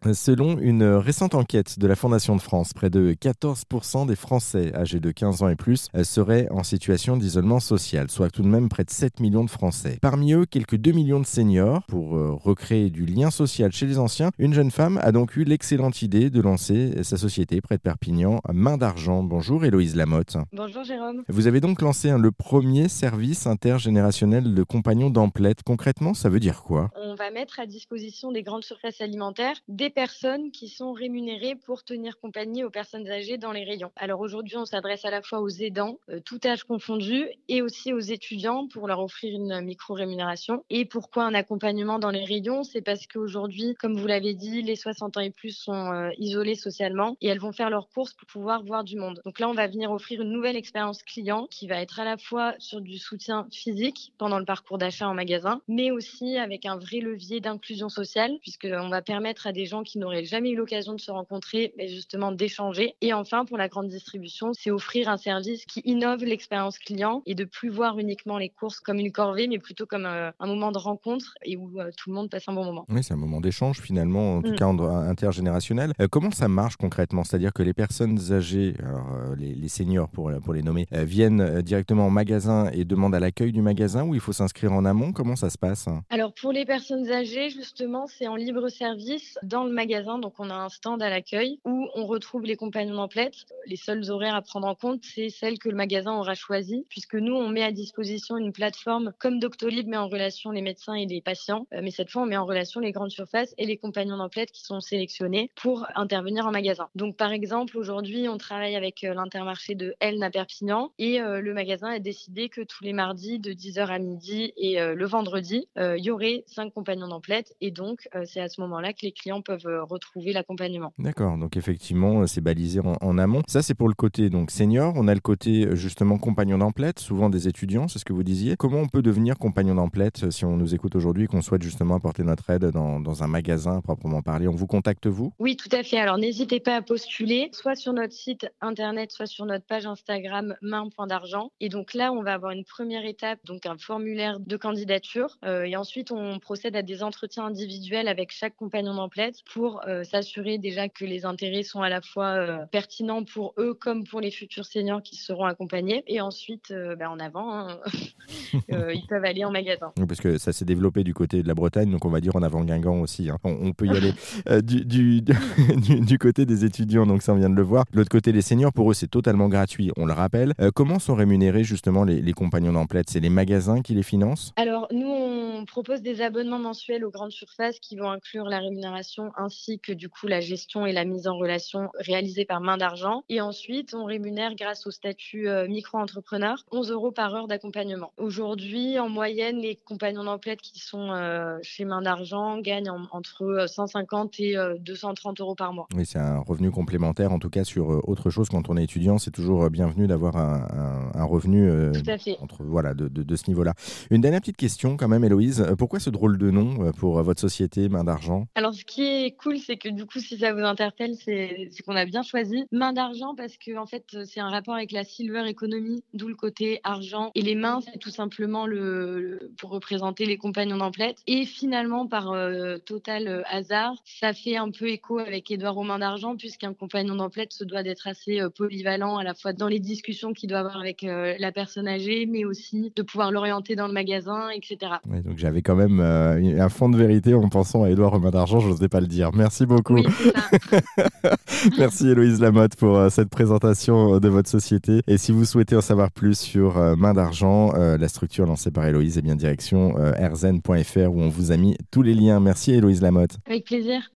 Selon une récente enquête de la Fondation de France, près de 14% des Français âgés de 15 ans et plus seraient en situation d'isolement social, soit tout de même près de 7 millions de Français. Parmi eux, quelques 2 millions de seniors. Pour recréer du lien social chez les anciens, une jeune femme a donc eu l'excellente idée de lancer sa société près de Perpignan, Main d'Argent. Bonjour Héloïse Lamotte. Bonjour Jérôme. Vous avez donc lancé le premier service intergénérationnel de compagnons d'emplettes. Concrètement, ça veut dire quoi ? On va mettre à disposition des grandes surfaces alimentaires des personnes qui sont rémunérées pour tenir compagnie aux personnes âgées dans les rayons. Alors aujourd'hui, on s'adresse à la fois aux aidants, tout âge confondu, et aussi aux étudiants pour leur offrir une micro-rémunération. Et pourquoi un accompagnement dans les rayons ? C'est parce qu'aujourd'hui, comme vous l'avez dit, les 60 ans et plus sont isolés socialement et elles vont faire leurs courses pour pouvoir voir du monde. Donc là, on va venir offrir une nouvelle expérience client qui va être à la fois sur du soutien physique pendant le parcours d'achat en magasin, mais aussi avec un vrai levier d'inclusion sociale, puisqu'on va permettre à des gens qui n'auraient jamais eu l'occasion de se rencontrer, mais justement d'échanger. Et enfin, pour la grande distribution, c'est offrir un service qui innove l'expérience client et de plus voir uniquement les courses comme une corvée, mais plutôt comme un moment de rencontre et où tout le monde passe un bon moment. Oui, c'est un moment d'échange finalement, en tout cas intergénérationnel. Comment ça marche concrètement ? C'est-à-dire que les personnes âgées, alors, les seniors pour les nommer, viennent directement au magasin et demandent à l'accueil du magasin, ou il faut s'inscrire en amont ? Comment ça se passe ? Alors pour les personnes âgées, justement, c'est en libre service dans le magasin. Donc on a un stand à l'accueil où on retrouve les compagnons d'emplettes. Les seuls horaires à prendre en compte, c'est celles que le magasin aura choisies, puisque nous, on met à disposition une plateforme comme Doctolib met en relation les médecins et les patients. Mais cette fois, on met en relation les grandes surfaces et les compagnons d'emplettes qui sont sélectionnés pour intervenir en magasin. Donc par exemple, aujourd'hui, on travaille avec l'Intermarché de Elne à Perpignan et le magasin a décidé que tous les mardis de 10h à midi et le vendredi, il y aurait 5 compagnons d'emplettes et donc c'est à ce moment-là que les clients peuvent retrouver l'accompagnement. D'accord, donc effectivement, c'est balisé en amont. Ça, c'est pour le côté donc senior. On a le côté justement compagnon d'emplettes, souvent des étudiants, c'est ce que vous disiez. Comment on peut devenir compagnon d'emplettes si on nous écoute aujourd'hui et qu'on souhaite justement apporter notre aide dans un magasin à proprement parler ? On vous contacte, vous ? Oui, tout à fait. Alors n'hésitez pas à postuler, soit sur notre site internet, soit sur notre page Instagram main.d'argent. Et donc là, on va avoir une première étape, donc un formulaire de candidature. Et ensuite, on procède à des entretiens individuels avec chaque compagnon d'emplette pour s'assurer déjà que les intérêts sont à la fois pertinents pour eux comme pour les futurs seniors qui seront accompagnés. Et ensuite, en avant, hein, ils peuvent aller en magasin. Oui, parce que ça s'est développé du côté de la Bretagne, donc on va dire en avant Guingamp aussi. Hein. On peut y aller du côté des étudiants, donc ça on vient de le voir. De l'autre côté, les seniors, pour eux, c'est totalement gratuit, on le rappelle. Comment sont rémunérés justement les compagnons d'emplettes ? C'est les magasins qui les financent ? Alors, nous, on propose des abonnements mensuels aux grandes surfaces qui vont inclure la rémunération ainsi que du coup la gestion et la mise en relation réalisée par Main d'Argent. Et ensuite, on rémunère grâce au statut micro-entrepreneur 11 € par heure d'accompagnement. Aujourd'hui, en moyenne, les compagnons d'emplettes qui sont chez Main d'Argent gagnent entre 150 et 230 € par mois. Oui, c'est un revenu complémentaire, en tout cas sur autre chose. Quand on est étudiant, c'est toujours bienvenu d'avoir un revenu Tout à fait. de ce niveau-là. Une dernière petite question quand même, Héloïse. Pourquoi ce drôle de nom pour votre société, Main d'Argent ? Alors, ce qui est cool, c'est que du coup, si ça vous interpelle, c'est qu'on a bien choisi Main d'Argent parce que en fait, c'est un rapport avec la silver economy, d'où le côté argent. Et les mains, c'est tout simplement pour représenter les compagnons d'emplettes. Et finalement, par total hasard, ça fait un peu écho avec Édouard aux Mains d'Argent, puisqu'un compagnon d'emplettes se doit d'être assez polyvalent à la fois dans les discussions qu'il doit avoir avec la personne âgée, mais aussi de pouvoir l'orienter dans le magasin, etc. Oui, donc j'avais quand même un fond de vérité en pensant à Édouard aux Mains d'Argent, je n'osais pas le dire. Merci beaucoup. Oui, c'est ça. Merci Héloïse Lamotte pour cette présentation de votre société. Et si vous souhaitez en savoir plus sur Main d'Argent, la structure lancée par Héloïse, direction rzen.fr où on vous a mis tous les liens. Merci Héloïse Lamotte. Avec plaisir.